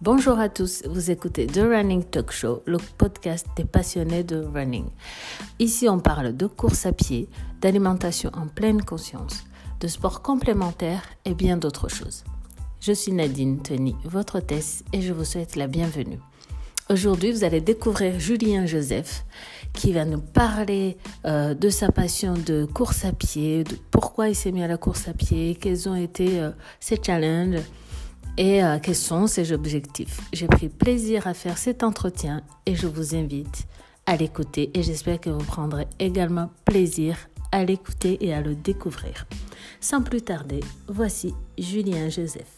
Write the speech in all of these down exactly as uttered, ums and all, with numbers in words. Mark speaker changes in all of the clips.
Speaker 1: Bonjour à tous, vous écoutez The Running Talk Show, le podcast des passionnés de running. Ici, on parle de course à pied, d'alimentation en pleine conscience, de sport complémentaire et bien d'autres choses. Je suis Nadine Tony, votre hôtesse, et je vous souhaite la bienvenue. Aujourd'hui, vous allez découvrir Julien Joseph qui va nous parler euh, de sa passion de course à pied, de pourquoi il s'est mis à la course à pied, quels ont été euh, ses challenges et euh, quels sont ses objectifs. J'ai pris plaisir à faire cet entretien et je vous invite à l'écouter et j'espère que vous prendrez également plaisir à l'écouter et à le découvrir. Sans plus tarder, voici Julien Joseph.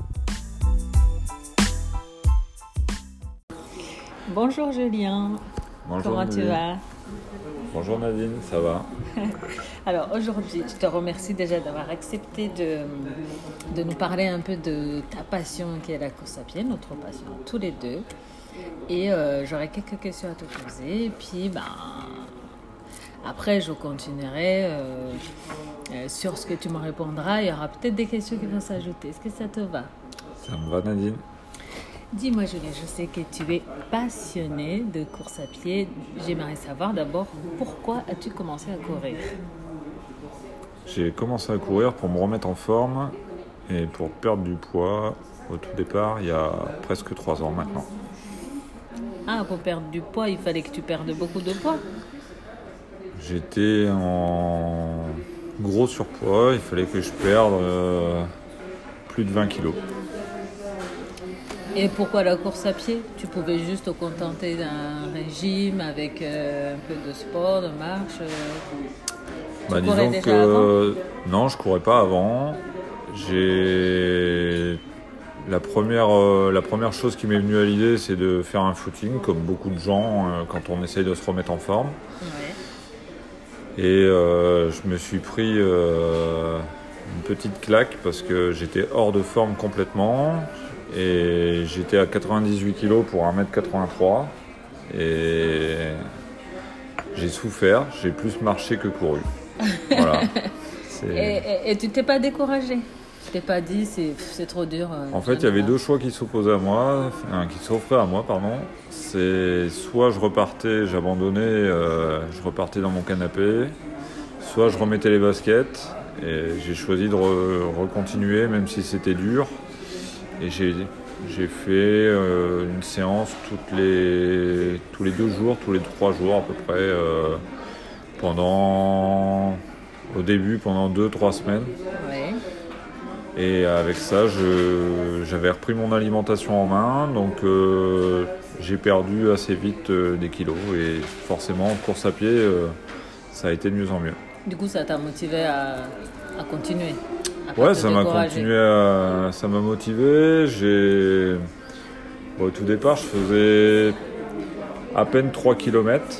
Speaker 1: Bonjour Julien.
Speaker 2: Bonjour
Speaker 1: Comment
Speaker 2: Nadine.
Speaker 1: tu vas?
Speaker 2: Bonjour Nadine, ça va?
Speaker 1: Alors aujourd'hui, je te remercie déjà d'avoir accepté de, de nous parler un peu de ta passion qui est la course à pied, notre passion tous les deux. Et euh, j'aurai quelques questions à te poser. Et puis, ben, après, je continuerai euh, euh, sur ce que tu me répondras. Il y aura peut-être des questions qui vont s'ajouter. Est-ce que ça te va?
Speaker 2: Ça me va Nadine?
Speaker 1: Dis-moi Julien, je sais que tu es passionné de course à pied. J'aimerais savoir d'abord pourquoi as-tu commencé à courir?
Speaker 2: J'ai commencé à courir pour me remettre en forme et pour perdre du poids au tout départ il y a presque trois ans maintenant.
Speaker 1: Ah, pour perdre du poids, il fallait que tu perdes beaucoup de poids?
Speaker 2: J'étais en gros surpoids, il fallait que je perde euh, plus de vingt kilos.
Speaker 1: Et pourquoi la course à pied? Tu pouvais juste te contenter d'un régime avec euh, un peu de sport, de marche euh... Tu
Speaker 2: Bah,
Speaker 1: courais
Speaker 2: disons
Speaker 1: déjà
Speaker 2: que
Speaker 1: avant?
Speaker 2: non, je courais pas avant. J'ai la première euh, la première chose qui m'est venue à l'idée, c'est de faire un footing comme beaucoup de gens euh, quand on essaye de se remettre en forme.
Speaker 1: Ouais.
Speaker 2: Et euh, je me suis pris euh, une petite claque parce que j'étais hors de forme complètement et j'étais à quatre-vingt-dix-huit kilos pour un mètre quatre-vingt-trois et j'ai souffert, j'ai plus marché que couru. Voilà.
Speaker 1: Et, et, et tu t'es pas découragé? Tu t'es pas dit c'est, c'est trop dur? Euh,
Speaker 2: En fait, il y avait deux choix qui s'opposaient à moi, enfin, qui s'offraient à moi, pardon. C'est soit je repartais, j'abandonnais, euh, je repartais dans mon canapé, soit je remettais les baskets. Et j'ai choisi de re- recontinuer, même si c'était dur. Et j'ai, j'ai fait euh, une séance toutes les, tous les deux jours, tous les trois jours à peu près, euh, pendant, au début, pendant deux, trois semaines.
Speaker 1: Ouais.
Speaker 2: Et avec ça, je, j'avais repris mon alimentation en main, donc euh, j'ai perdu assez vite euh, des kilos. Et forcément, en course à pied, euh, ça a été de mieux en mieux.
Speaker 1: Du coup, ça t'a motivé à, à continuer? À pas
Speaker 2: Ouais,
Speaker 1: te
Speaker 2: ça m'a
Speaker 1: décourager.
Speaker 2: continué à, ça m'a motivé. J'ai, bon, au tout départ, je faisais à peine trois kilomètres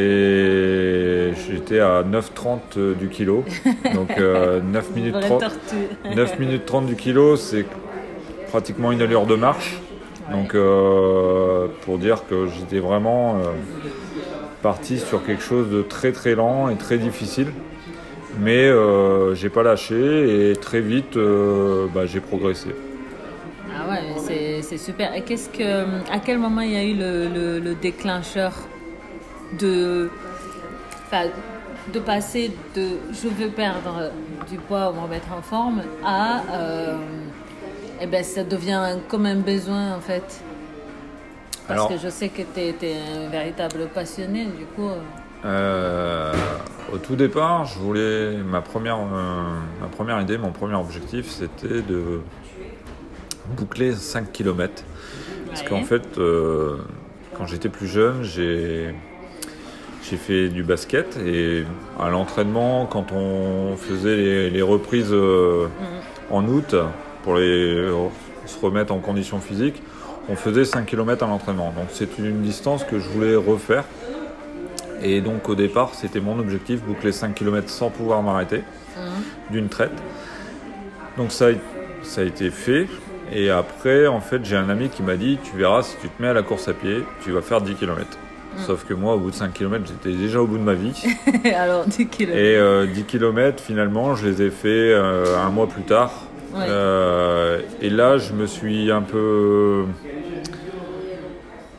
Speaker 2: et j'étais à neuf trente du kilo. Donc euh, neuf minutes
Speaker 1: Vraie
Speaker 2: trente.
Speaker 1: tortue.
Speaker 2: neuf minutes trente du kilo, c'est pratiquement une allure de marche. Ouais. Donc euh, pour dire que j'étais vraiment euh, parti sur quelque chose de très très lent et très difficile. Mais euh, j'ai pas lâché et très vite euh, bah, j'ai progressé.
Speaker 1: Ah ouais, c'est, c'est super. Et qu'est-ce que, à quel moment il y a eu le, le, le déclencheur de, de passer de je veux perdre du poids ou me remettre en forme à euh, eh ben, ça devient comme un besoin en fait? Parce Alors, que je sais que tu es un véritable passionné du coup.
Speaker 2: Euh, au tout départ, je voulais ma première, euh, ma première idée, mon premier objectif, c'était de boucler cinq kilomètres. Parce
Speaker 1: Ouais.
Speaker 2: qu'en fait, euh, quand j'étais plus jeune, j'ai, j'ai fait du basket et à l'entraînement, quand on faisait les, les reprises euh, mmh. en août pour les, euh, se remettre en condition physique, on faisait cinq kilomètres à l'entraînement. Donc c'est une distance que je voulais refaire. Et donc au départ, c'était mon objectif, boucler cinq kilomètres sans pouvoir m'arrêter, mmh. d'une traite. Donc ça, ça a été fait. Et après, en fait, j'ai un ami qui m'a dit, tu verras, si tu te mets à la course à pied, tu vas faire dix kilomètres. Mmh. Sauf que moi, au bout de cinq kilomètres, j'étais déjà au bout de ma vie.
Speaker 1: Alors, dix kilomètres.
Speaker 2: Et euh, dix kilomètres, finalement, je les ai fait euh, un mois plus tard.
Speaker 1: Ouais.
Speaker 2: Euh, et là, je me suis un peu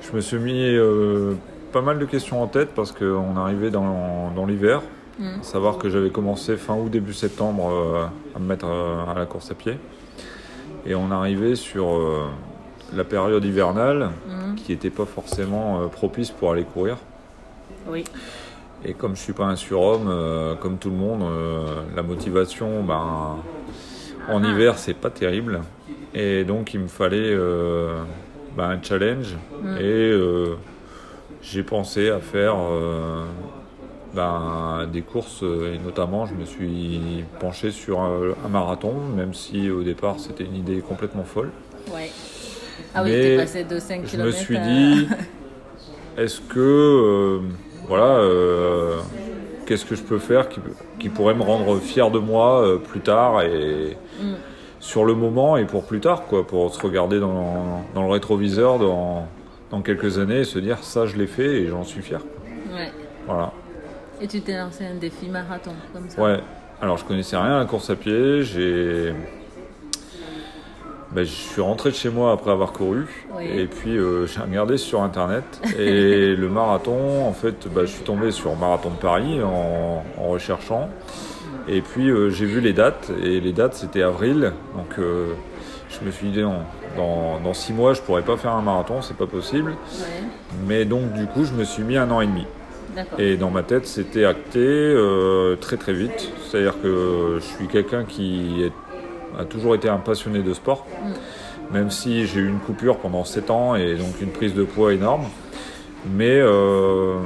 Speaker 2: je me suis mis euh, pas mal de questions en tête parce qu'on arrivait dans, dans l'hiver. Mmh. À savoir que j'avais commencé fin août, début septembre euh, à me mettre euh, à la course à pied. Et on arrivait sur euh, la période hivernale mmh. qui n'était pas forcément euh, propice pour aller courir.
Speaker 1: Oui.
Speaker 2: Et comme je ne suis pas un surhomme, euh, comme tout le monde, euh, la motivation, ben, en ah. hiver, c'est pas terrible. Et donc, il me fallait euh, ben, un challenge. Mmh. Et euh, j'ai pensé à faire euh, ben, des courses. Et notamment, je me suis penché sur un, un marathon, même si au départ, c'était une idée complètement folle.
Speaker 1: Ouais. Ah oui, t'es passé de cinq kilomètres.
Speaker 2: Je me suis dit, est-ce que... Euh, Voilà, euh, qu'est-ce que je peux faire qui, qui pourrait me rendre fier de moi euh, plus tard et mm. sur le moment et pour plus tard, quoi, pour se regarder dans, dans le rétroviseur dans, dans quelques années et se dire ça je l'ai fait et j'en suis fier.
Speaker 1: Ouais.
Speaker 2: Voilà.
Speaker 1: Et tu t'es lancé un défi marathon comme ça?
Speaker 2: Ouais. Alors je connaissais rien à la course à pied, j'ai... Ben, je suis rentré de chez moi après avoir couru oui. et puis euh, j'ai regardé sur internet et le marathon, en fait, ben, je suis tombé sur Marathon de Paris en, en recherchant et puis euh, j'ai vu les dates et les dates c'était avril, donc euh, je me suis dit non, dans, dans six mois je pourrais pas faire un marathon, c'est pas possible, ouais. mais donc du coup je me suis mis un an et demi. D'accord. Et dans ma tête c'était acté euh, très très vite, c'est-à-dire que je suis quelqu'un qui est a toujours été un passionné de sport, mmh. même si j'ai eu une coupure pendant sept ans et donc une prise de poids énorme. Mais euh,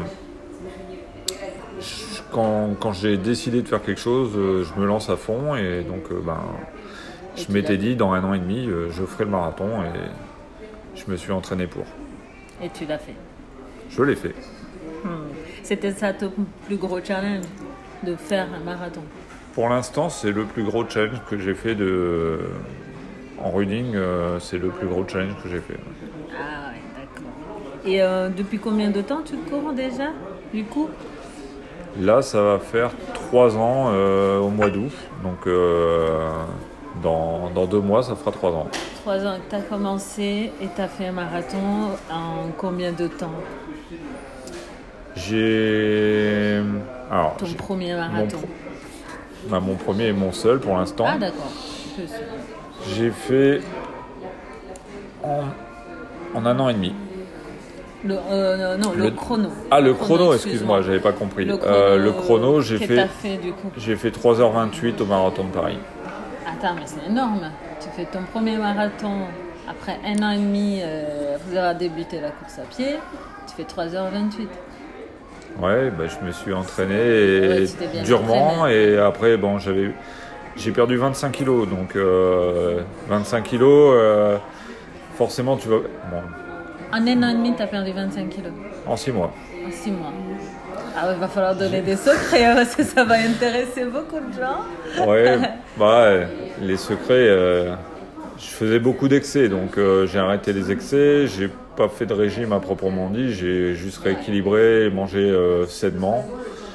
Speaker 2: je, quand, quand j'ai décidé de faire quelque chose, je me lance à fond et donc euh, ben, je m'étais dit dans un an et demi, je ferai le marathon et je me suis entraîné pour.
Speaker 1: Et tu l'as fait?
Speaker 2: Je l'ai fait.
Speaker 1: Mmh. C'était ça ton plus gros challenge, de faire un marathon?
Speaker 2: Pour l'instant, c'est le plus gros challenge que j'ai fait de... en running. Euh, c'est le plus gros challenge que j'ai fait.
Speaker 1: Ah ouais, d'accord. Et euh, depuis combien de temps tu cours déjà, du coup?
Speaker 2: Là, ça va faire trois ans euh, au mois d'août. Donc, euh, dans, dans deux mois, ça fera trois ans.
Speaker 1: Trois ans que tu as commencé et tu as fait un marathon en combien de temps?
Speaker 2: J'ai... Alors,
Speaker 1: Ton
Speaker 2: j'ai...
Speaker 1: premier marathon?
Speaker 2: Mon... Bah, mon premier et mon seul pour l'instant.
Speaker 1: Ah d'accord.
Speaker 2: J'ai fait en, en un an et demi.
Speaker 1: Le, euh, non, le, le chrono.
Speaker 2: Ah, le, le chrono, chrono excuse-moi, j'avais pas compris. Le chrono, euh, le chrono j'ai fait,
Speaker 1: fait, du coup
Speaker 2: j'ai fait trois heures vingt-huit au marathon de Paris.
Speaker 1: Attends, mais c'est énorme. Tu fais ton premier marathon après un an et demi, euh, vous avez débuté la course à pied, tu fais trois heures vingt-huit.
Speaker 2: Ouais, bah, je me suis entraîné et ouais, durement entraîné. Et après bon j'avais j'ai perdu vingt-cinq kilos donc euh, vingt-cinq kilos euh, forcément tu vas bon.
Speaker 1: En un an et demi t'as perdu vingt-cinq kilos? En
Speaker 2: six mois.
Speaker 1: En six mois. Ah ouais, il va falloir donner des secrets parce que ça va intéresser beaucoup de gens.
Speaker 2: Ouais, bah les secrets euh, je faisais beaucoup d'excès donc euh, j'ai arrêté les excès, j'ai pas fait de régime à proprement dit, j'ai juste rééquilibré, mangé euh, sainement.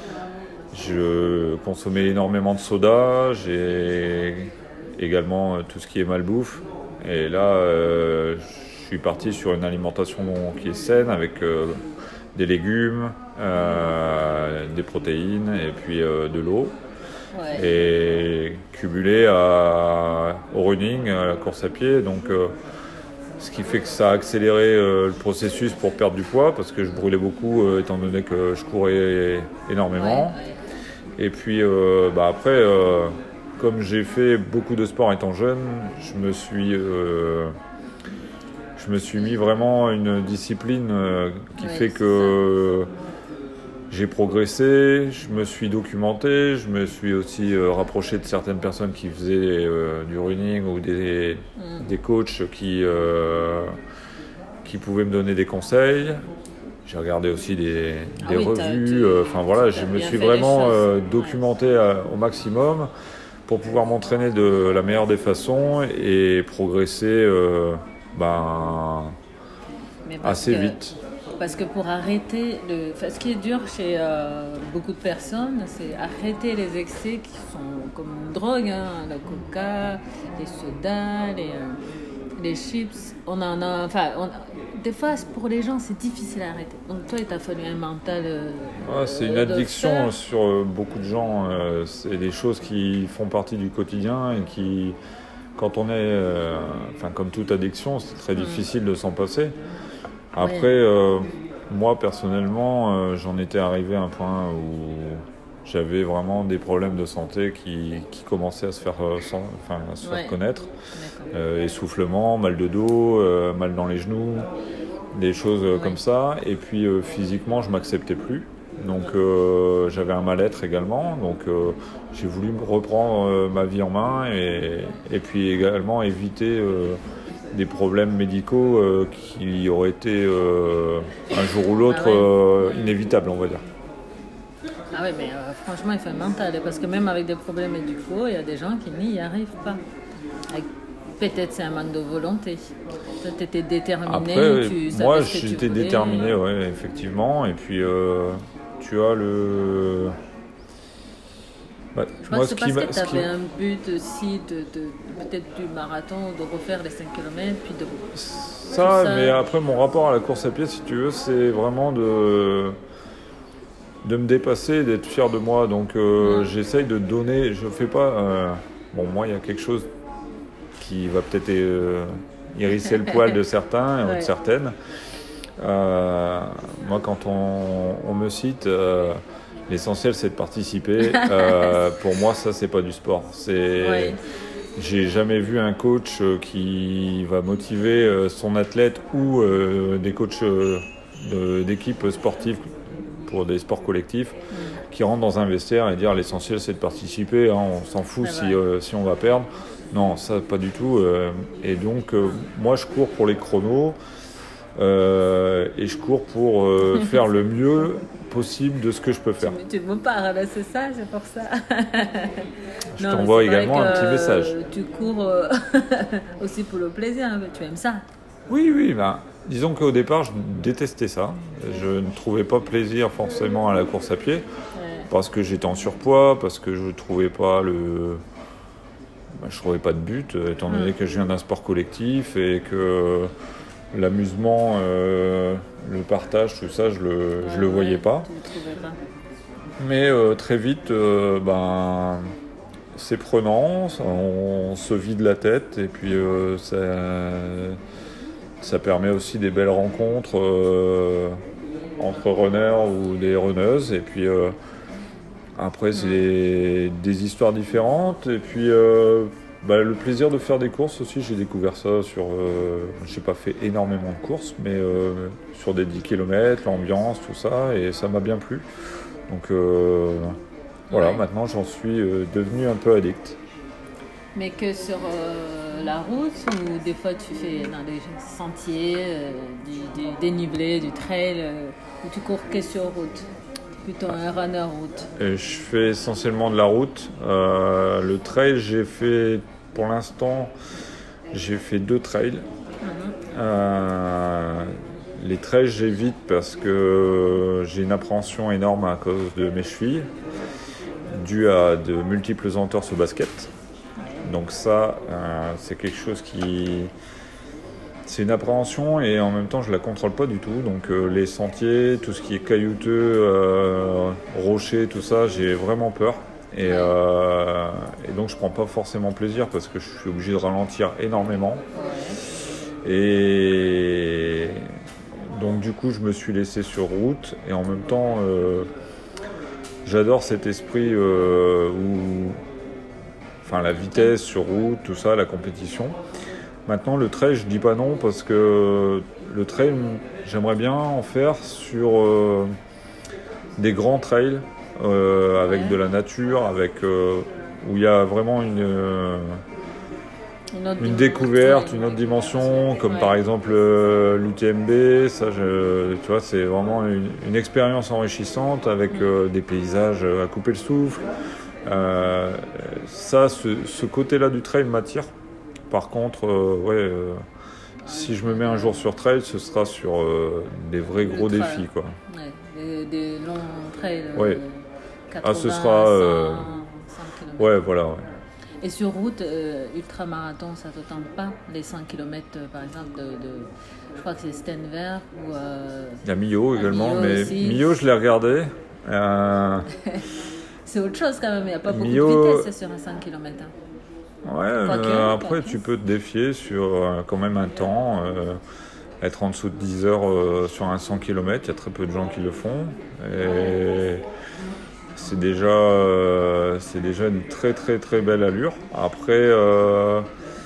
Speaker 2: Je consommais énormément de soda, j'ai également euh, tout ce qui est malbouffe. Et là, euh, je suis parti sur une alimentation qui est saine avec euh, des légumes, euh, des protéines et puis euh, de l'eau. Ouais. Et cumulé à, au running, à la course à pied. Donc, euh, ce qui fait que ça a accéléré euh, le processus pour perdre du poids parce que je brûlais beaucoup euh, étant donné que je courais énormément. Ouais, ouais. Et puis euh, bah après, euh, comme j'ai fait beaucoup de sport étant jeune, je me suis, euh, je me suis mis vraiment une discipline euh, qui ouais, fait que j'ai progressé, je me suis documenté, je me suis aussi euh, rapproché de certaines personnes qui faisaient euh, du running ou des, mmh. des coachs qui, euh, qui pouvaient me donner des conseils. J'ai regardé aussi des, ah des oui, revues. Enfin euh, voilà, je me suis vraiment euh, documenté à, au maximum pour pouvoir m'entraîner de la meilleure des façons et progresser euh, ben, assez
Speaker 1: que...
Speaker 2: vite.
Speaker 1: Parce que pour arrêter, le... enfin, ce qui est dur chez euh, beaucoup de personnes, c'est arrêter les excès qui sont comme une drogue, hein, le coca, les sodas, les, euh, les chips. On en a, enfin, on... des fois, pour les gens, c'est difficile à arrêter. Donc, toi, il t'a fallu un mental. Euh,
Speaker 2: ouais, c'est une addiction sur euh, beaucoup de gens. Euh, c'est des choses qui font partie du quotidien et qui, quand on est. Euh, enfin, comme toute addiction, c'est très difficile mmh. de s'en passer. Après, ouais. euh, moi, personnellement, euh, j'en étais arrivé à un point où j'avais vraiment des problèmes de santé qui, qui commençaient à se faire, euh, sans, enfin, à se ouais. faire connaître. Euh, essoufflement, mal de dos, euh, mal dans les genoux, des choses euh, ouais. comme ça. Et puis euh, physiquement, je m'acceptais plus. Donc euh, j'avais un mal-être également. Donc euh, j'ai voulu reprendre euh, ma vie en main et, et puis également éviter euh, des problèmes médicaux euh, qui auraient été euh, un jour ou l'autre ah ouais. euh, inévitables, on va dire.
Speaker 1: Ah oui, mais euh, franchement, il faut un mental, parce que même avec des problèmes médicaux, il y a des gens qui n'y arrivent pas. Avec... Peut-être c'est un manque de volonté. Toi, tu étais déterminé.
Speaker 2: Après,
Speaker 1: tu savais
Speaker 2: moi,
Speaker 1: ce que
Speaker 2: j'étais
Speaker 1: tu
Speaker 2: déterminé, oui, effectivement. Et puis, euh, tu as le...
Speaker 1: Bah, je crois moi, que c'est parce que tu avais qui... un but aussi, de, de, peut-être du marathon, de refaire les cinq kilomètres, puis de...
Speaker 2: Ça, ça, mais après, mon rapport à la course à pied, si tu veux, c'est vraiment de... de me dépasser, d'être fier de moi. Donc, euh, mmh. j'essaye de donner... Je fais pas... Euh... Bon, moi, il y a quelque chose qui va peut-être euh, hérisser le poil de certains ouais. ou de certaines. Euh, moi, quand on, on me cite, euh, l'essentiel, c'est de participer. Euh, pour moi, ça, c'est pas du sport. C'est... Ouais. J'ai jamais vu un coach qui va motiver son athlète ou euh, des coachs de, d'équipes sportives pour des sports collectifs mmh. qui rentrent dans un vestiaire et dire l'essentiel, c'est de participer. Hein, on s'en fout si, euh, si on va perdre. Non, ça pas du tout. Euh, et donc, euh, moi, je cours pour les chronos euh, et je cours pour euh, faire le mieux possible de ce que je peux faire.
Speaker 1: Tu, tu me parles, c'est ça, c'est pour ça.
Speaker 2: Je non, t'envoie également un petit message.
Speaker 1: Tu cours euh, aussi pour le plaisir, tu aimes ça.
Speaker 2: Oui, oui. Ben, disons qu'au départ, je détestais ça. Je ne trouvais pas plaisir forcément à la course à pied ouais. parce que j'étais en surpoids, parce que je ne trouvais pas le... je ne trouvais pas de but, étant donné que je viens d'un sport collectif et que l'amusement, euh, le partage, tout ça, je le, ouais, je le ouais, voyais pas. pas. Mais euh, très vite, euh, ben, c'est prenant, on, on se vide la tête et puis euh, ça, ça permet aussi des belles rencontres euh, entre runners ou des runneuses. Et puis euh, après, c'est des, des histoires différentes. Et puis, euh, bah, le plaisir de faire des courses aussi, j'ai découvert ça sur... Euh, j'ai pas fait énormément de courses, mais euh, sur des dix kilomètres, l'ambiance, tout ça, et ça m'a bien plu. Donc euh, voilà, ouais. Maintenant, j'en suis euh, devenu un peu addict.
Speaker 1: Mais que sur euh, la route, ou des fois tu fais dans des sentiers, euh, du, du dénivelé, du trail, euh, ou tu cours que sur route? Plutôt un runner route.
Speaker 2: Et je fais essentiellement de la route. Euh, le trail, j'ai fait, pour l'instant, j'ai fait deux trails. Mm-hmm. Euh, les trails, j'évite parce que j'ai une appréhension énorme à cause de mes chevilles, due à de multiples entorses au basket. Donc ça, euh, c'est quelque chose qui... C'est une appréhension et en même temps je la contrôle pas du tout. Donc euh, les sentiers, tout ce qui est caillouteux, euh, rochers, tout ça, j'ai vraiment peur. Et, euh, et donc je prends pas forcément plaisir parce que je suis obligé de ralentir énormément. Et donc du coup je me suis laissé sur route et en même temps euh, j'adore cet esprit euh, où, enfin la vitesse sur route, tout ça, la compétition. Maintenant, le trail, je dis pas non parce que le trail, j'aimerais bien en faire sur euh, des grands trails euh, avec ouais. de la nature, avec euh, où il y a vraiment une, euh, une, une découverte, une autre dimension, comme ouais. par exemple euh, l'U T M B. Ça, je, tu vois, c'est vraiment une, une expérience enrichissante avec euh, des paysages à couper le souffle. Euh, ça, ce, ce côté-là du trail m'attire. Par contre, euh, ouais, euh, si je me mets un jour sur trail, ce sera sur euh, des vrais le gros trail. défis, quoi.
Speaker 1: Ouais, des, des longs trails.
Speaker 2: Ouais.
Speaker 1: quatre-vingts,
Speaker 2: ah, ce sera. Euh...
Speaker 1: cent, cent
Speaker 2: ouais, voilà. Ouais.
Speaker 1: Et sur route, euh, ultramarathon, ça ne te tente pas? Les cent kilomètres, euh, par exemple, de, de, je crois que c'est Stenver ou... Euh,
Speaker 2: il y a Millau également,
Speaker 1: Millau
Speaker 2: mais
Speaker 1: aussi.
Speaker 2: Millau, je l'ai regardé. Euh...
Speaker 1: c'est autre chose quand même, il n'y a pas beaucoup
Speaker 2: Millau...
Speaker 1: de vitesse sur un cent kilomètres. Hein.
Speaker 2: Ouais, euh, après, tu peux te défier sur euh, quand même un temps. Euh, être en dessous de dix heures euh, sur un cent kilomètres, il y a très peu de gens qui le font. Et c'est déjà, euh, c'est déjà une très très très belle allure. Après, euh,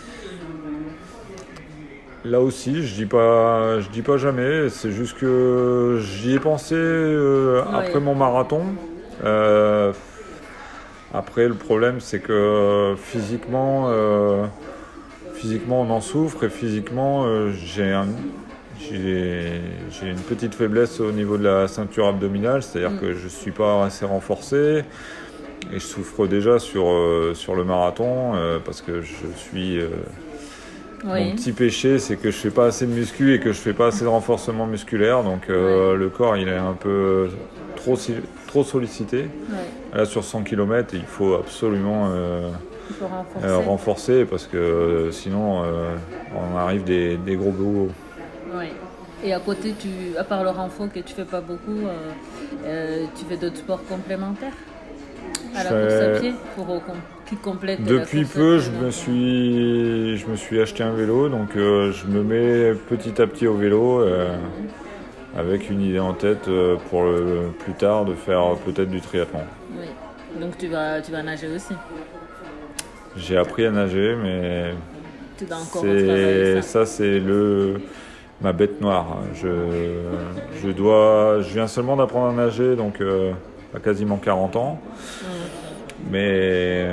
Speaker 2: là aussi, je dis pas, je dis pas jamais. C'est juste que j'y ai pensé euh,
Speaker 1: ouais.
Speaker 2: après mon marathon. Euh, après, le problème, c'est que euh, physiquement, euh, physiquement, on en souffre et physiquement, euh, j'ai un J'ai, j'ai une petite faiblesse au niveau de la ceinture abdominale, c'est-à-dire mmh. que je ne suis pas assez renforcé et je souffre déjà sur, euh, sur le marathon euh, parce que je suis... Euh, oui. Mon petit péché, c'est que je ne fais pas assez de muscu et que je ne fais pas assez de renforcement musculaire, donc euh, oui. le corps il est un peu trop, trop sollicité. Oui. Là sur cent kilomètres, il faut absolument euh, il faut renforcer. Euh, renforcer parce que euh, sinon euh, on arrive des, des gros bouts.
Speaker 1: Oui. Et à côté, tu, à part le renfort que tu fais pas beaucoup, euh, euh, tu fais d'autres sports complémentaires à la je course à pied pour qui complète
Speaker 2: Depuis
Speaker 1: la course
Speaker 2: peu,
Speaker 1: à pied,
Speaker 2: je me suis, je me suis acheté un vélo, donc euh, je me mets petit à petit au vélo, euh, avec une idée en tête euh, pour le, plus tard de faire peut-être du triathlon.
Speaker 1: Oui. Donc tu vas, tu vas nager aussi.
Speaker 2: J'ai appris à nager, mais
Speaker 1: tu dois encore
Speaker 2: c'est, ça. ça c'est le ma bête noire. Je, je dois, je viens seulement d'apprendre à nager, donc euh, à quasiment quarante ans. Mmh. Mais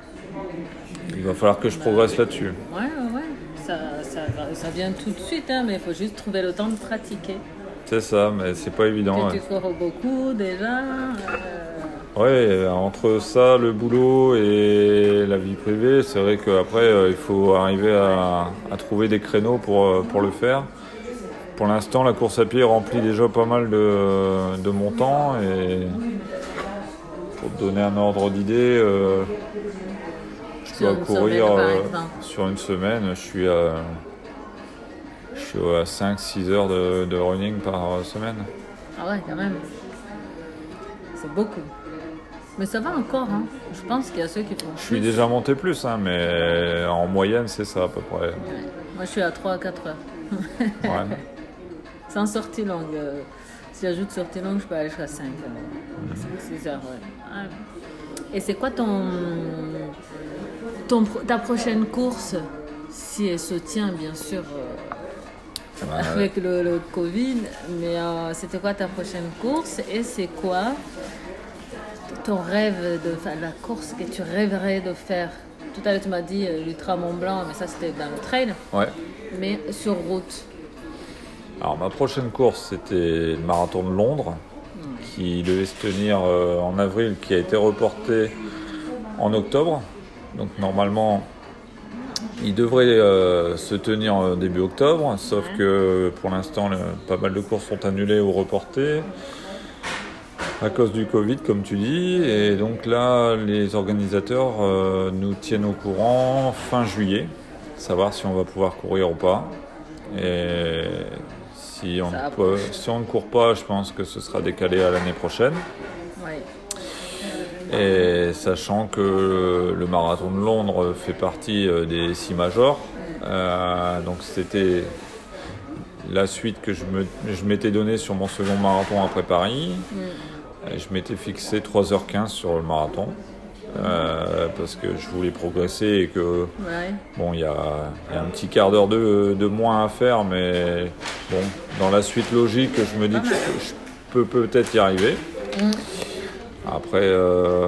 Speaker 2: il va falloir que je progresse là-dessus.
Speaker 1: Ouais, ouais, ouais. Ça, ça, ça vient tout de suite, hein, mais il faut juste trouver le temps de pratiquer.
Speaker 2: C'est ça, mais c'est pas évident.
Speaker 1: Tu, ouais. tu cours beaucoup déjà. Euh...
Speaker 2: Ouais, entre ça, le boulot et la vie privée, c'est vrai qu'après, euh, il faut arriver à, à trouver des créneaux pour, pour le faire. Pour l'instant, la course à pied remplit déjà pas mal de, de mon temps et pour te donner un ordre d'idée, euh, je dois courir semaine, euh, sur une semaine, je suis à, je suis à cinq six heures de, de running par semaine.
Speaker 1: Ah ouais, quand même. C'est beaucoup. Mais ça va encore, hein. Je pense qu'il y a ceux qui font plus.
Speaker 2: Je suis déjà monté plus, hein, mais en moyenne, c'est ça à peu près. Ouais.
Speaker 1: Moi, je suis à trois à quatre heures. Ouais. Sans sortie longue. Si j'ajoute sortie longue, je peux aller jusqu'à cinq. Mmh. six heures, ouais. Ah. Et c'est quoi ton, ton, ta prochaine course, si elle se tient, bien sûr, euh, ouais. avec le, le Covid, mais euh, c'était quoi ta prochaine course et c'est quoi ton rêve de faire la course que tu rêverais de faire? Tout à l'heure, tu m'as dit euh, l'Ultra Mont Blanc, mais ça, c'était dans le trail.
Speaker 2: Ouais.
Speaker 1: Mais sur route.
Speaker 2: Alors, ma prochaine course, c'était le marathon de Londres, mmh. qui devait se tenir euh, en avril, qui a été reporté en octobre. Donc, normalement, il devrait euh, se tenir euh, début octobre, sauf ouais. que pour l'instant, le, pas mal de courses sont annulées ou reportées à cause du Covid, comme tu dis. Et donc là, les organisateurs euh, nous tiennent au courant fin juillet, savoir si on va pouvoir courir ou pas. Et si on, peut, si on ne court pas, je pense que ce sera décalé à l'année prochaine.
Speaker 1: Ouais.
Speaker 2: Et sachant que le marathon de Londres fait partie des six majors, euh, donc c'était la suite que je, me, je m'étais donnée sur mon second marathon après Paris. Mm. Et je m'étais fixé trois heures quinze sur le marathon. Euh, parce que je voulais progresser et que ouais. bon, il y a, y a un petit quart d'heure de, de moins à faire, mais bon, dans la suite logique, je me dis que je, je peux peut-être y arriver. Mm. Après, euh,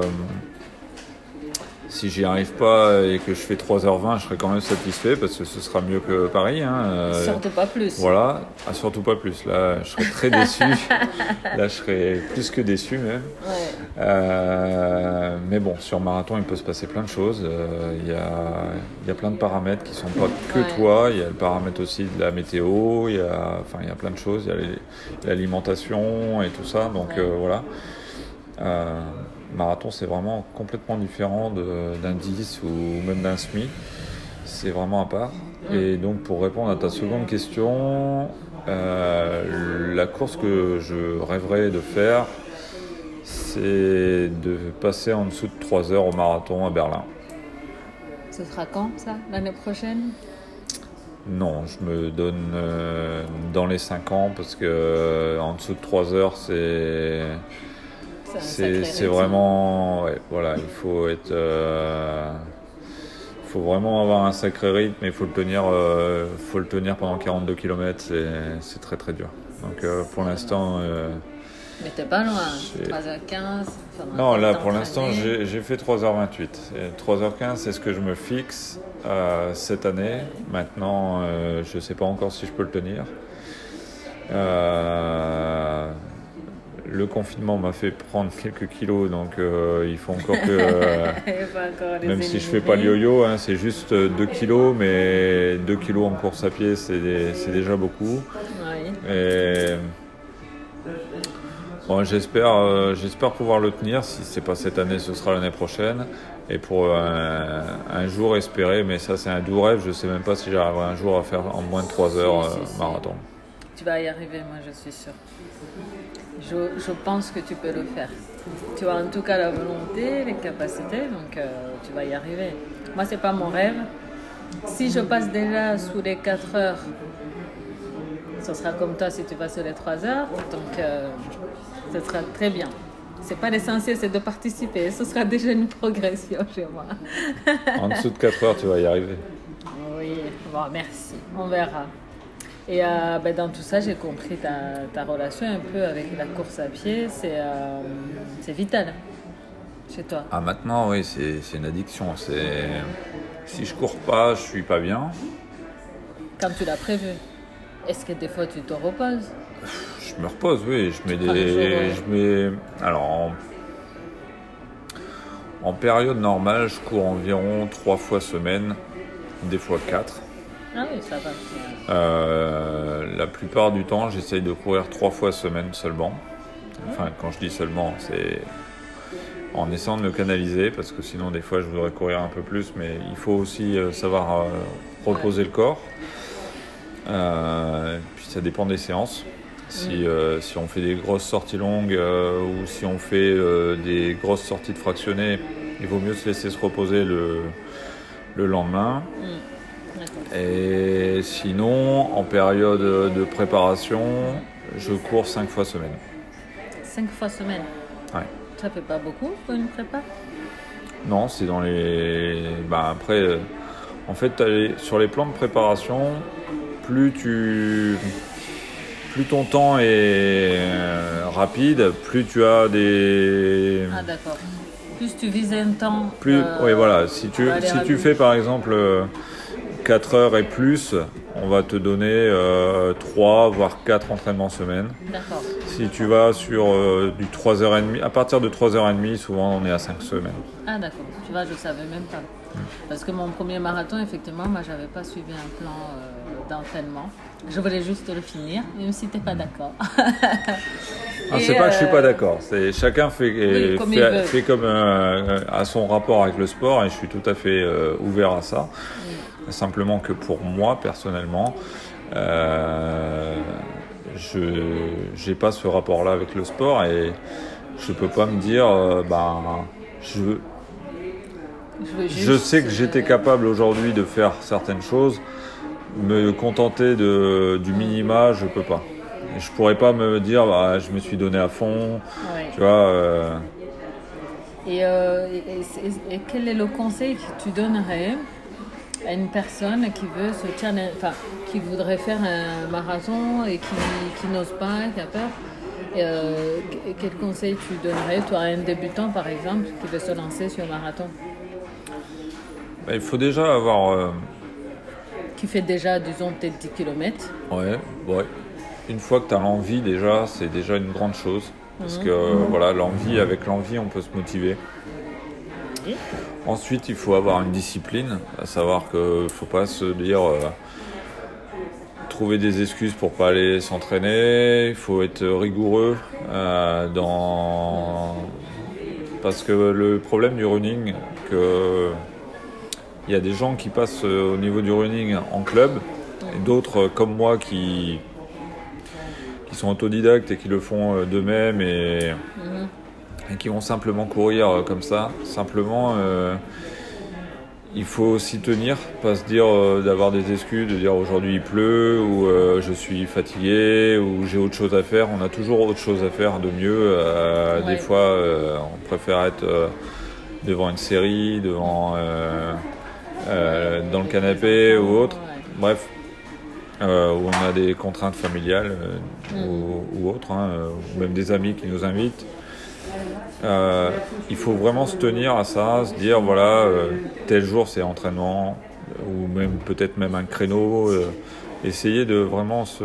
Speaker 2: si j'y arrive pas et que je fais trois heures vingt, je serai quand même satisfait parce que ce sera mieux que Paris. Hein.
Speaker 1: Euh, surtout pas plus.
Speaker 2: Voilà, ah, surtout pas plus. Là, je serais très déçu. Là, je serais plus que déçu même. Ouais. Euh, mais bon, sur marathon, il peut se passer plein de choses. Il euh, y, a, y a plein de paramètres qui sont pas que ouais. toi. Il y a le paramètre aussi de la météo. Il y a, enfin, il y a plein de choses. Il y a les, l'alimentation et tout ça. Donc ouais. euh, voilà. Euh, Marathon, c'est vraiment complètement différent de, d'un dix ou même d'un semi. C'est vraiment à part. Mmh. Et donc, pour répondre à ta seconde question, euh, la course que je rêverais de faire, c'est de passer en dessous de trois heures au marathon à Berlin.
Speaker 1: Ce sera quand, ça? L'année prochaine?
Speaker 2: Non, je me donne euh, dans les cinq ans parce que euh, en dessous de trois heures, c'est c'est, c'est vraiment ouais, voilà, il faut être euh, il faut vraiment avoir un sacré rythme, mais il faut le tenir euh, faut le tenir pendant quarante-deux kilomètres, c'est c'est très très dur. Donc euh, pour l'instant euh,
Speaker 1: mais t'es pas loin, trois heures quinze.
Speaker 2: Non, là pour l'instant j'ai, j'ai fait trois heures vingt-huit. Et trois heures quinze, c'est ce que je me fixe euh, cette année. Maintenant, euh, je ne sais pas encore si je peux le tenir. Euh, le confinement m'a fait prendre quelques kilos, donc euh, il faut encore que... Euh, encore même si je ne fais pas le yo-yo, hein, c'est juste deux kilos, mais deux kilos en course à pied, c'est, des, c'est déjà beaucoup. Oui. Et, bon, j'espère, euh, j'espère pouvoir le tenir. Si c'est pas cette année, ce sera l'année prochaine. Et pour un, un jour espérer, mais ça c'est un doux rêve. Je sais même pas si j'arriverai un jour à faire en moins de trois heures
Speaker 1: si,
Speaker 2: euh,
Speaker 1: si,
Speaker 2: marathon.
Speaker 1: Si. Tu vas y arriver, moi je suis sûre. Je, je pense que tu peux le faire. Tu as en tout cas la volonté, les capacités, donc euh, tu vas y arriver. Moi c'est pas mon rêve. Si je passe déjà sous les quatre heures, ce sera comme toi si tu vas sur les trois heures, donc euh, ce sera très bien. C'est pas l'essentiel, c'est de participer. Ce sera déjà une progression chez moi.
Speaker 2: En dessous de quatre heures, tu vas y arriver.
Speaker 1: Oui, bon, merci. On verra. Et euh, ben, dans tout ça, j'ai compris ta, ta relation un peu avec la course à pied. C'est, euh, c'est vital chez toi.
Speaker 2: Ah, maintenant, oui, c'est, c'est une addiction. C'est... Si je cours pas, je suis pas bien.
Speaker 1: Comme tu l'as prévu. Est-ce que des fois tu te reposes?
Speaker 2: Je me repose, oui. Je mets des. Jours, ouais. Je mets. Alors, en... en période normale, je cours environ trois fois semaine, des fois quatre.
Speaker 1: Ah oui, ça va.
Speaker 2: Euh, la plupart du temps, j'essaye de courir trois fois semaine seulement. Enfin, quand je dis seulement, c'est en essayant de me canaliser, parce que sinon, des fois, je voudrais courir un peu plus, mais il faut aussi savoir euh, reposer ouais. le corps. Euh, puis ça dépend des séances. Si, euh, si on fait des grosses sorties longues euh, ou si on fait euh, des grosses sorties de fractionnés, il vaut mieux se laisser se reposer le, le lendemain. Mmh. Et sinon, en période de préparation, je cours cinq fois semaine.
Speaker 1: Cinq fois semaine?
Speaker 2: Ouais.
Speaker 1: Ça fait pas beaucoup pour une prépa?
Speaker 2: Non, c'est dans les... Bah, après, euh, en fait, les... sur les plans de préparation, plus tu... plus ton temps est euh, rapide, plus tu as des...
Speaker 1: Ah d'accord. Plus tu vises un temps...
Speaker 2: Plus, euh, oui, voilà. Si tu, si tu fais par exemple euh, quatre heures et plus, on va te donner euh, trois voire quatre entraînements semaine.
Speaker 1: D'accord.
Speaker 2: Si tu vas sur euh, du trois heures trente, à partir de trois heures trente, souvent on est à cinq semaines.
Speaker 1: Ah d'accord. Tu vois, je ne savais même pas. Mmh. Parce que mon premier marathon, effectivement, moi, je n'avais pas suivi un plan euh, d'entraînement. Je voulais juste le finir, même si tu n'es pas d'accord.
Speaker 2: Ah, c'est pas euh... que je suis pas d'accord. C'est chacun fait oui, comme fait, fait comme euh, à son rapport avec le sport et je suis tout à fait euh, ouvert à ça. Mm. Simplement que pour moi personnellement, euh, je j'ai pas ce rapport-là avec le sport et je peux pas me dire euh, ben je je, je sais que j'étais capable aujourd'hui de faire certaines choses. Me contenter de du minima, je peux pas. Je pourrais pas me dire, bah, je me suis donné à fond, oui. Tu vois. Euh...
Speaker 1: Et, euh, et, et, et quel est le conseil que tu donnerais à une personne qui veut se challenger, enfin, qui voudrait faire un marathon et qui, qui n'ose pas, qui a peur? Et, euh, quel conseil tu donnerais, toi, à un débutant, par exemple, qui veut se lancer sur un marathon?
Speaker 2: Bah, il faut déjà avoir... Euh...
Speaker 1: Qui fait déjà, disons, peut-être dix kilomètres.
Speaker 2: Ouais, ouais. Une fois que tu as l'envie, déjà, c'est déjà une grande chose. Parce que, mmh. voilà, l'envie, avec l'envie, on peut se motiver. Mmh. Ensuite, il faut avoir une discipline, à savoir qu'il ne faut pas se dire... Euh, trouver des excuses pour pas aller s'entraîner. Il faut être rigoureux euh, dans... parce que le problème du running, que il y a des gens qui passent au niveau du running en club, et d'autres comme moi qui, qui sont autodidactes et qui le font d'eux-mêmes et, mmh. et qui vont simplement courir comme ça. Simplement, euh, il faut s'y tenir, pas se dire euh, d'avoir des excuses, de dire aujourd'hui il pleut ou euh, je suis fatigué ou j'ai autre chose à faire. On a toujours autre chose à faire de mieux. Euh, ouais. Des fois, euh, on préfère être euh, devant une série, devant euh, euh, dans le canapé ou autre. Bref, euh, où on a des contraintes familiales euh, mm. ou, ou autres, hein, ou même des amis qui nous invitent. Euh, il faut vraiment se tenir à ça, se dire voilà, euh, tel jour c'est entraînement, ou même peut-être même un créneau, euh, essayer de vraiment se,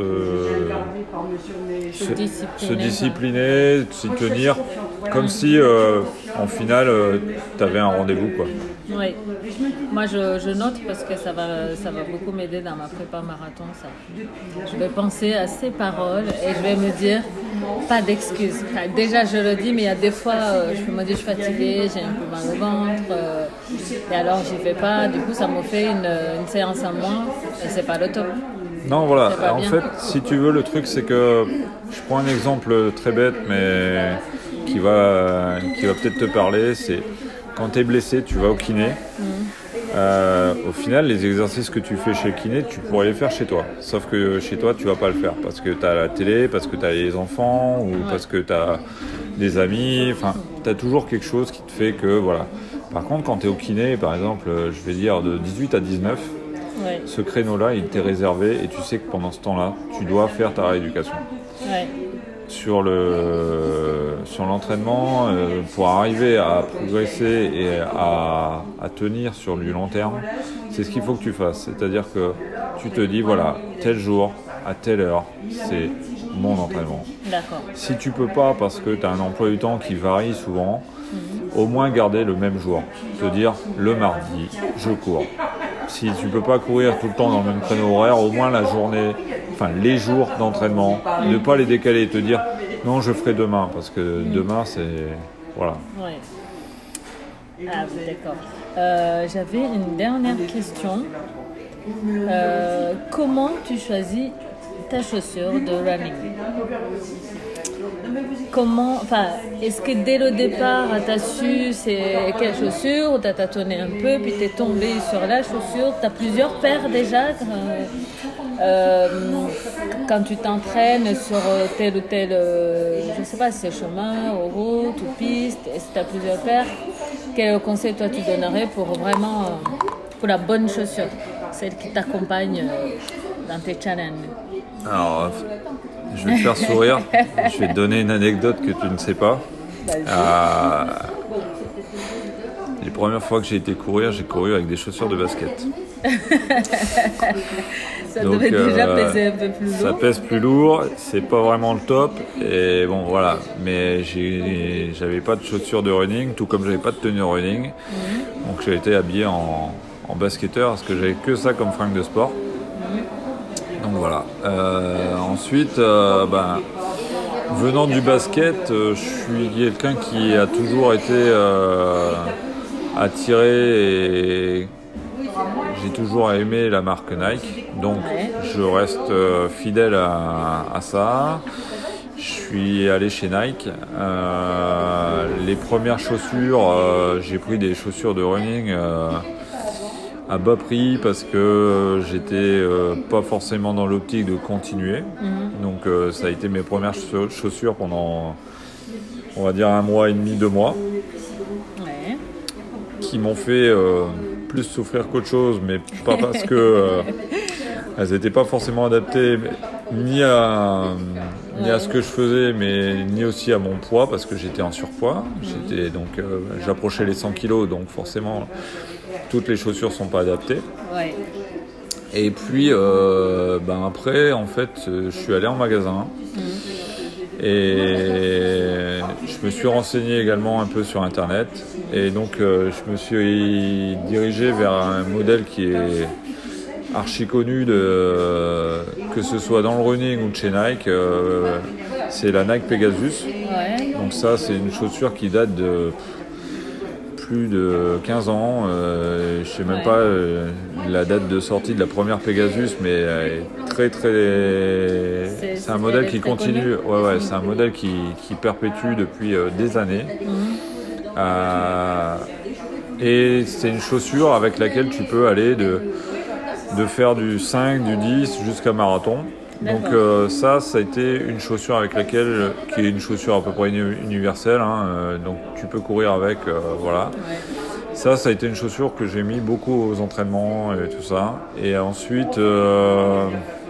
Speaker 2: se, se discipliner, se discipliner s'y tenir, comme si euh, en finale euh, tu avais un rendez-vous, quoi.
Speaker 1: Oui, moi je, je note parce que ça va, ça va beaucoup m'aider dans ma prépa marathon. Ça. Je vais penser à ces paroles et je vais me dire pas d'excuses. Enfin, déjà je le dis, mais il y a des fois euh, je me dis je suis fatiguée, j'ai un peu mal au ventre euh, et alors j'y vais pas. Du coup ça me fait une, une séance en moins et c'est pas le top.
Speaker 2: Non, voilà, en fait si tu veux, le truc c'est que je prends un exemple très bête mais qui va, qui va peut-être te parler, c'est quand tu es blessé, tu vas au kiné. Mmh. Euh, au final, les exercices que tu fais chez le kiné, tu pourrais les faire chez toi. Sauf que chez toi, tu vas pas le faire parce que tu as la télé, parce que tu as les enfants ou ouais. parce que tu as des amis. Enfin, tu as toujours quelque chose qui te fait que voilà. Par contre, quand tu es au kiné, par exemple, je vais dire de dix-huit à dix-neuf, ouais. ce créneau-là, il t'est réservé et tu sais que pendant ce temps-là, tu dois faire ta rééducation. Ouais. Sur, le, sur l'entraînement, euh, pour arriver à progresser et à, à tenir sur du long terme, c'est ce qu'il faut que tu fasses. C'est-à-dire que tu te dis, voilà, tel jour, à telle heure, c'est mon entraînement. D'accord. Si tu peux pas, parce que tu as un emploi du temps qui varie souvent, mm-hmm. au moins garder le même jour. Te dire, le mardi, je cours. Si tu peux pas courir tout le temps dans le même créneau horaire, au moins la journée, enfin les jours d'entraînement, ne pas les décaler et te dire non, je ferai demain parce que demain c'est voilà. Ouais.
Speaker 1: Ah, d'accord. Euh, j'avais une dernière question. Euh, comment tu choisis ta chaussure de running? Comment, enfin, est-ce que dès le départ, tu as su c'est quelle chaussure, ou tu as tâtonné un peu, puis tu es tombé sur la chaussure, tu as plusieurs paires déjà euh, quand tu t'entraînes sur tel ou tel, euh, je ne sais pas si c'est chemin, ou route, ou piste, est-ce que tu as plusieurs paires? Quel conseil toi tu donnerais pour vraiment, euh, pour la bonne chaussure, celle qui t'accompagne dans tes challenges?
Speaker 2: Alors, je vais te faire sourire. Je vais te donner une anecdote que tu ne sais pas. Euh, les premières fois que j'ai été courir, j'ai couru avec des chaussures de basket.
Speaker 1: Ça
Speaker 2: Donc,
Speaker 1: devait déjà
Speaker 2: euh, peser un peu plus lourd. Ça pèse plus lourd, c'est pas vraiment le top. Et bon, voilà. Mais j'ai, j'avais pas de chaussures de running, tout comme j'avais pas de tenue running. Mmh. Donc j'ai été habillé en, en basketteur parce que j'avais que ça comme fringue de sport. Donc voilà. Euh, ensuite, euh, ben, venant du basket, euh, je suis quelqu'un qui a toujours été euh, attiré et j'ai toujours aimé la marque Nike. Donc je reste euh, fidèle à, à ça. Je suis allé chez Nike. Euh, les premières chaussures, euh, j'ai pris des chaussures de running. Euh, à bas prix parce que j'étais euh, pas forcément dans l'optique de continuer. Mmh. Donc euh, ça a été mes premières chaussures pendant, on va dire, un mois et demi, deux mois. Ouais. Qui m'ont fait euh, plus souffrir qu'autre chose, mais pas parce que euh, elles n'étaient pas forcément adaptées ni à, ni à ce que je faisais, mais ni aussi à mon poids parce que j'étais en surpoids. Mmh. J'étais, donc, euh, j'approchais les cent kilos, donc forcément toutes les chaussures sont pas adaptées. Ouais. Et puis euh, ben après en fait je suis allé en magasin mmh. et je me suis renseigné également un peu sur internet et donc euh, je me suis dirigé vers un modèle qui est archi connu de, euh, que ce soit dans le running ou de chez Nike, euh, c'est la Nike Pegasus. Ouais. Donc ça c'est une chaussure qui date de plus de quinze ans. Euh, je sais même ouais. pas euh, la date de sortie de la première Pegasus, mais elle est très très. C'est, c'est un modèle qui continue. Ouais, ouais, c'est un modèle qui, qui perpétue depuis euh, des années. Mm-hmm. Euh, et c'est une chaussure avec laquelle tu peux aller de, de faire du cinq, du dix jusqu'à marathon. D'accord. Donc euh, ça, ça a été une chaussure avec laquelle, qui est une chaussure à peu près universelle, hein, euh, donc tu peux courir avec, euh, voilà. Ouais. Ça, ça a été une chaussure que j'ai mis beaucoup aux entraînements et tout ça. Et ensuite, euh,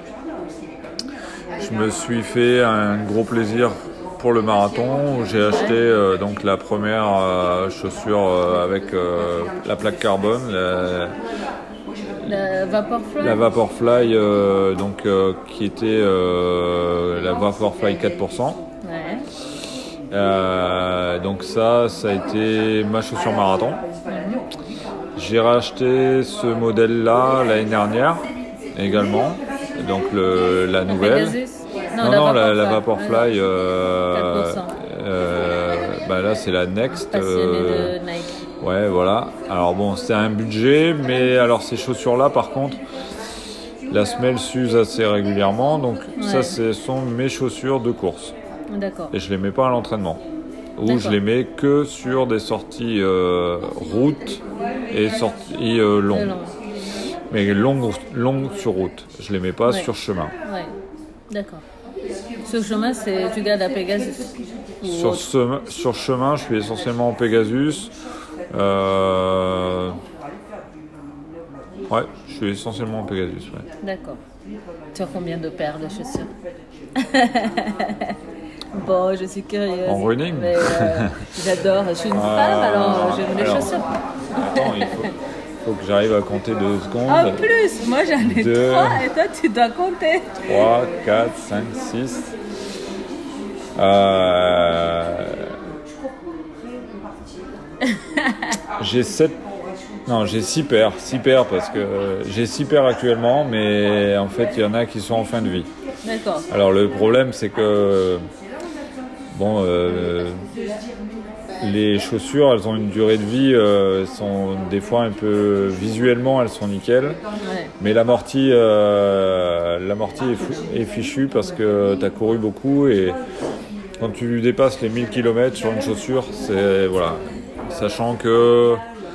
Speaker 2: je me suis fait un gros plaisir pour le marathon où j'ai acheté euh, donc la première euh, chaussure euh, avec euh, la plaque carbone. La,
Speaker 1: La Vaporfly
Speaker 2: La Vaporfly, euh, donc, euh, qui était euh, la Vaporfly quatre pour cent. Ouais. Euh, donc ça, ça a été ma chaussure marathon. Mm-hmm. J'ai racheté ce modèle-là l'année dernière également, donc le, la nouvelle.
Speaker 1: Non,
Speaker 2: non,
Speaker 1: la
Speaker 2: non
Speaker 1: Vaporfly.
Speaker 2: La, la Vaporfly, euh, quatre pour cent. Euh, bah là c'est la Next.
Speaker 1: Euh, de Nike.
Speaker 2: Ouais, voilà. Alors bon, c'est un budget, mais alors ces chaussures-là, par contre, la semelle s'use assez régulièrement, donc ouais. ça, ce sont mes chaussures de course.
Speaker 1: D'accord.
Speaker 2: Et je les mets pas à l'entraînement. Ou
Speaker 1: D'accord.
Speaker 2: je les mets que sur des sorties euh, route et sorties euh, longues. Long. Mais longues longues sur route. Je les mets pas ouais. sur chemin.
Speaker 1: Ouais. D'accord. Sur chemin, c'est tu gardes la Pegasus.
Speaker 2: Sur, ce, sur chemin, je suis essentiellement en Pegasus. Euh... Ouais, je suis essentiellement en Pegasus. Ouais.
Speaker 1: D'accord. Tu as combien de paires de chaussures? Bon, je suis curieuse.
Speaker 2: En running
Speaker 1: mais, euh, j'adore. Je suis une euh, femme, alors j'aime les chaussures.
Speaker 2: Attends, il faut, faut que j'arrive à compter deux secondes.
Speaker 1: En plus, moi j'en ai deux, trois et toi tu dois compter.
Speaker 2: trois, quatre, cinq, six. Euh... j'ai sept. Non, j'ai six paires. six paires parce que j'ai six paires actuellement, mais en fait, il y en a qui sont en fin de vie.
Speaker 1: D'accord.
Speaker 2: Alors, le problème, c'est que. Bon. Euh, les chaussures, elles ont une durée de vie, euh, sont des fois un peu. Visuellement, elles sont nickel. Ouais. Mais l'amorti, euh, l'amorti est, fou, est fichu parce que tu as couru beaucoup et. Quand tu dépasses les mille kilomètres sur une chaussure, c'est voilà, sachant que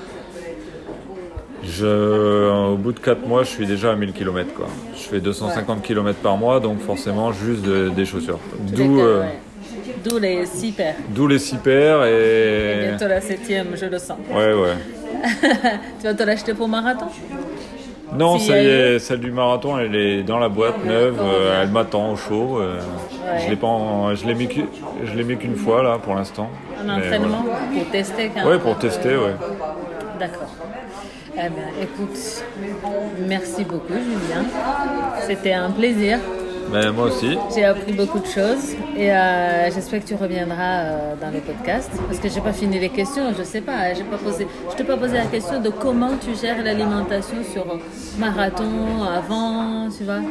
Speaker 2: je, au bout de quatre mois, je suis déjà à mille kilomètres quoi. Je fais deux cent cinquante ouais. kilomètres par mois, donc forcément juste de, des chaussures. D'où,
Speaker 1: euh, ouais. D'où les six paires.
Speaker 2: D'où les six paires et.
Speaker 1: Et bientôt la septième, je le sens.
Speaker 2: Ouais ouais.
Speaker 1: Tu vas te l'acheter pour marathon?
Speaker 2: Non, si ça y est, celle du marathon, elle est dans la boîte neuve, euh, elle m'attend au chaud. Euh, ouais. Je l'ai pas, en, je l'ai mis, je l'ai mis qu'une fois là pour l'instant.
Speaker 1: Un entraînement voilà. Pour tester quand même.
Speaker 2: Ouais, pour tester, ouais.
Speaker 1: D'accord. Eh bien, écoute, merci beaucoup, Julien. C'était un plaisir.
Speaker 2: Ben, moi aussi.
Speaker 1: J'ai appris beaucoup de choses et euh, j'espère que tu reviendras euh, dans le podcast parce que j'ai pas fini les questions, je sais pas, j'ai pas posé, je t'ai pas posé la question de comment tu gères l'alimentation sur marathon avant, tu vois.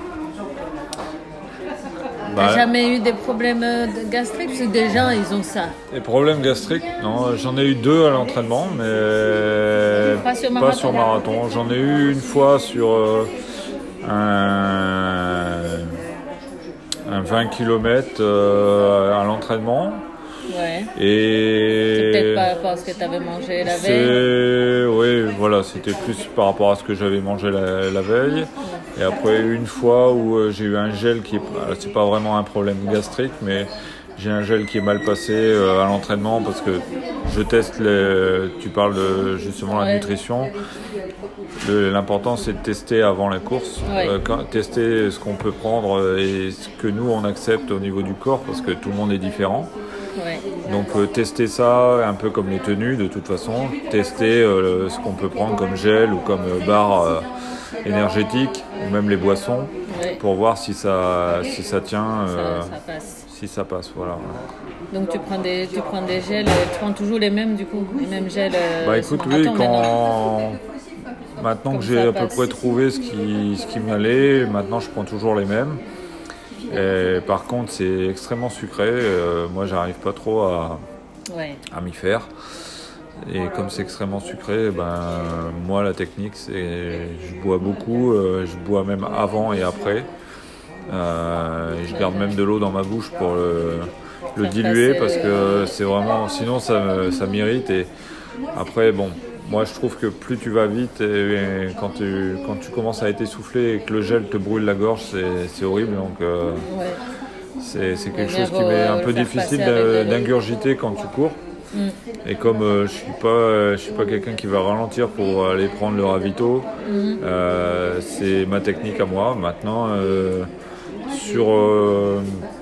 Speaker 1: Bah, t'as jamais eu des problèmes gastriques parce que des gens ils ont ça.
Speaker 2: Des problèmes gastriques? Non, j'en ai eu deux à l'entraînement, mais
Speaker 1: pas sur marathon.
Speaker 2: Pas sur marathon. J'en ai eu une fois sur euh, un. un vingt kilomètres euh, à l'entraînement.
Speaker 1: Ouais.
Speaker 2: Et
Speaker 1: c'est peut-être pas parce que tu avais mangé la
Speaker 2: c'est...
Speaker 1: veille.
Speaker 2: Oui, voilà, c'était plus par rapport à ce que j'avais mangé la, la veille. Ouais. Et après une fois où euh, j'ai eu un gel qui est, c'est pas vraiment un problème gastrique, mais j'ai un gel qui est mal passé euh, à l'entraînement parce que je teste les... Tu parles de justement ouais. la nutrition. Le, l'important c'est de tester avant la course, ouais. euh, quand, tester ce qu'on peut prendre et ce que nous on accepte au niveau du corps parce que tout le monde est différent. Ouais. Donc euh, tester ça un peu comme les tenues de toute façon, tester euh, ce qu'on peut prendre comme gel ou comme euh, barre euh, énergétique ou même les boissons ouais. pour voir si ça, si ça tient, euh,
Speaker 1: ça, ça passe.
Speaker 2: si ça passe. Voilà.
Speaker 1: Donc tu prends des, tu prends des gels, tu prends toujours les mêmes du coup, les mêmes gels. Euh,
Speaker 2: bah écoute oui quand. Maintenant Comme que j'ai à peu près trouvé ce qui, ce qui m'allait, maintenant je prends toujours les mêmes. Et par contre, c'est extrêmement sucré. Euh, moi, j'arrive pas trop à,
Speaker 1: ouais.
Speaker 2: à m'y faire. Et comme c'est extrêmement sucré, ben, moi la technique c'est je bois beaucoup, euh, je bois même avant et après. Euh, et je garde même de l'eau dans ma bouche pour le, le diluer parce que c'est vraiment, sinon ça, me, ça m'irrite. Et après, bon, moi je trouve que plus tu vas vite et, et quand, tu, quand tu commences à être essoufflé et que le gel te brûle la gorge, c'est, c'est horrible. Donc euh,
Speaker 1: Ouais.
Speaker 2: c'est, c'est quelque
Speaker 1: Ouais,
Speaker 2: chose qui
Speaker 1: faut,
Speaker 2: m'est
Speaker 1: euh,
Speaker 2: un peu
Speaker 1: faire
Speaker 2: difficile
Speaker 1: passer avec
Speaker 2: de-
Speaker 1: de l'eau.
Speaker 2: d'ingurgiter quand tu cours.
Speaker 1: Mm.
Speaker 2: Et comme euh, je suis pas, euh, je suis pas quelqu'un qui va ralentir pour aller prendre le ravito,
Speaker 1: Mm.
Speaker 2: euh, c'est ma technique à moi. Maintenant, euh, sur euh,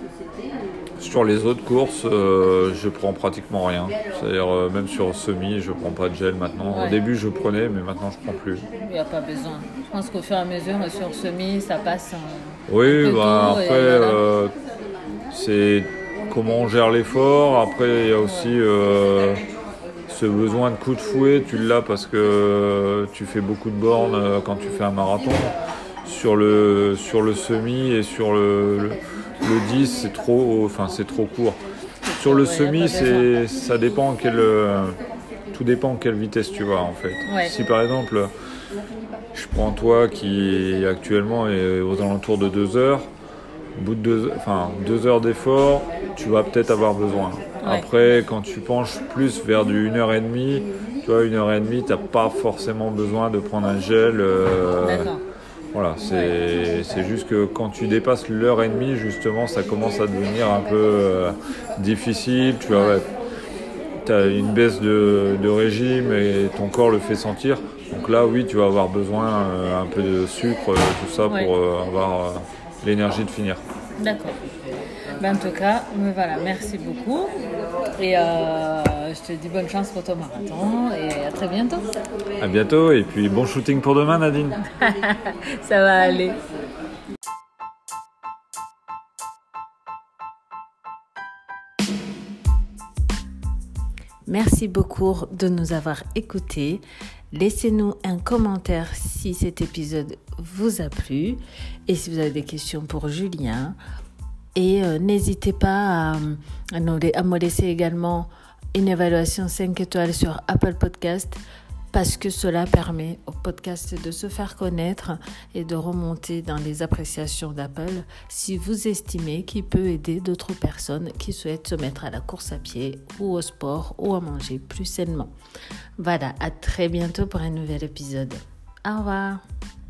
Speaker 2: sur les autres courses, euh, je prends pratiquement rien. C'est-à-dire euh, même sur semi, je prends pas de gel maintenant.
Speaker 1: Ouais.
Speaker 2: Au début, je prenais, mais maintenant, je prends plus.
Speaker 1: Il n'y a pas besoin. Je pense qu'au fur et à mesure, sur semi, ça passe. Un,
Speaker 2: Oui,
Speaker 1: un peu
Speaker 2: bah,
Speaker 1: tout, et
Speaker 2: après,
Speaker 1: voilà.
Speaker 2: euh, c'est comment on gère l'effort. Après, il y a aussi euh, ce besoin de coup de fouet. Tu l'as parce que tu fais beaucoup de bornes euh, quand tu fais un marathon. Sur le, sur le semi et sur le, le, le dix, c'est trop, enfin, c'est trop court. Sur le
Speaker 1: Ouais, y a
Speaker 2: semi,
Speaker 1: pas
Speaker 2: c'est, ça dépend en quelle, euh, tout dépend en quelle vitesse tu vas en fait.
Speaker 1: Ouais.
Speaker 2: Si par exemple, je prends toi qui actuellement est aux alentours de deux heures, au bout de deux, enfin, deux heures d'effort, tu vas peut-être avoir besoin.
Speaker 1: Ouais.
Speaker 2: Après, quand tu penches plus vers du une heure et demie, tu vois, une heure et demie, t'as pas forcément besoin de prendre un gel. Euh,
Speaker 1: D'accord.
Speaker 2: Voilà, c'est, c'est juste que quand tu dépasses l'heure et demie, justement, ça commence à devenir un peu euh, difficile. Tu vois, tu as une baisse de, de régime et ton corps le fait sentir. Donc là, oui, tu vas avoir besoin euh, un peu de sucre, euh, tout ça,
Speaker 1: Ouais.
Speaker 2: pour euh, avoir euh, l'énergie de finir.
Speaker 1: D'accord. Ben, en tout cas, me voilà, merci beaucoup. Et euh, je te dis bonne chance pour ton marathon et à très bientôt.
Speaker 2: À bientôt et puis bon shooting pour demain, Nadine.
Speaker 1: Ça va aller. Merci beaucoup de nous avoir écoutés. Laissez-nous un commentaire si cet épisode vous a plu et si vous avez des questions pour Julien. Et euh, n'hésitez pas à, à, nous, à me laisser également une évaluation cinq étoiles sur Apple Podcast parce que cela permet au podcast de se faire connaître et de remonter dans les appréciations d'Apple si vous estimez qu'il peut aider d'autres personnes qui souhaitent se mettre à la course à pied ou au sport ou à manger plus sainement. Voilà, à très bientôt pour un nouvel épisode. Au revoir.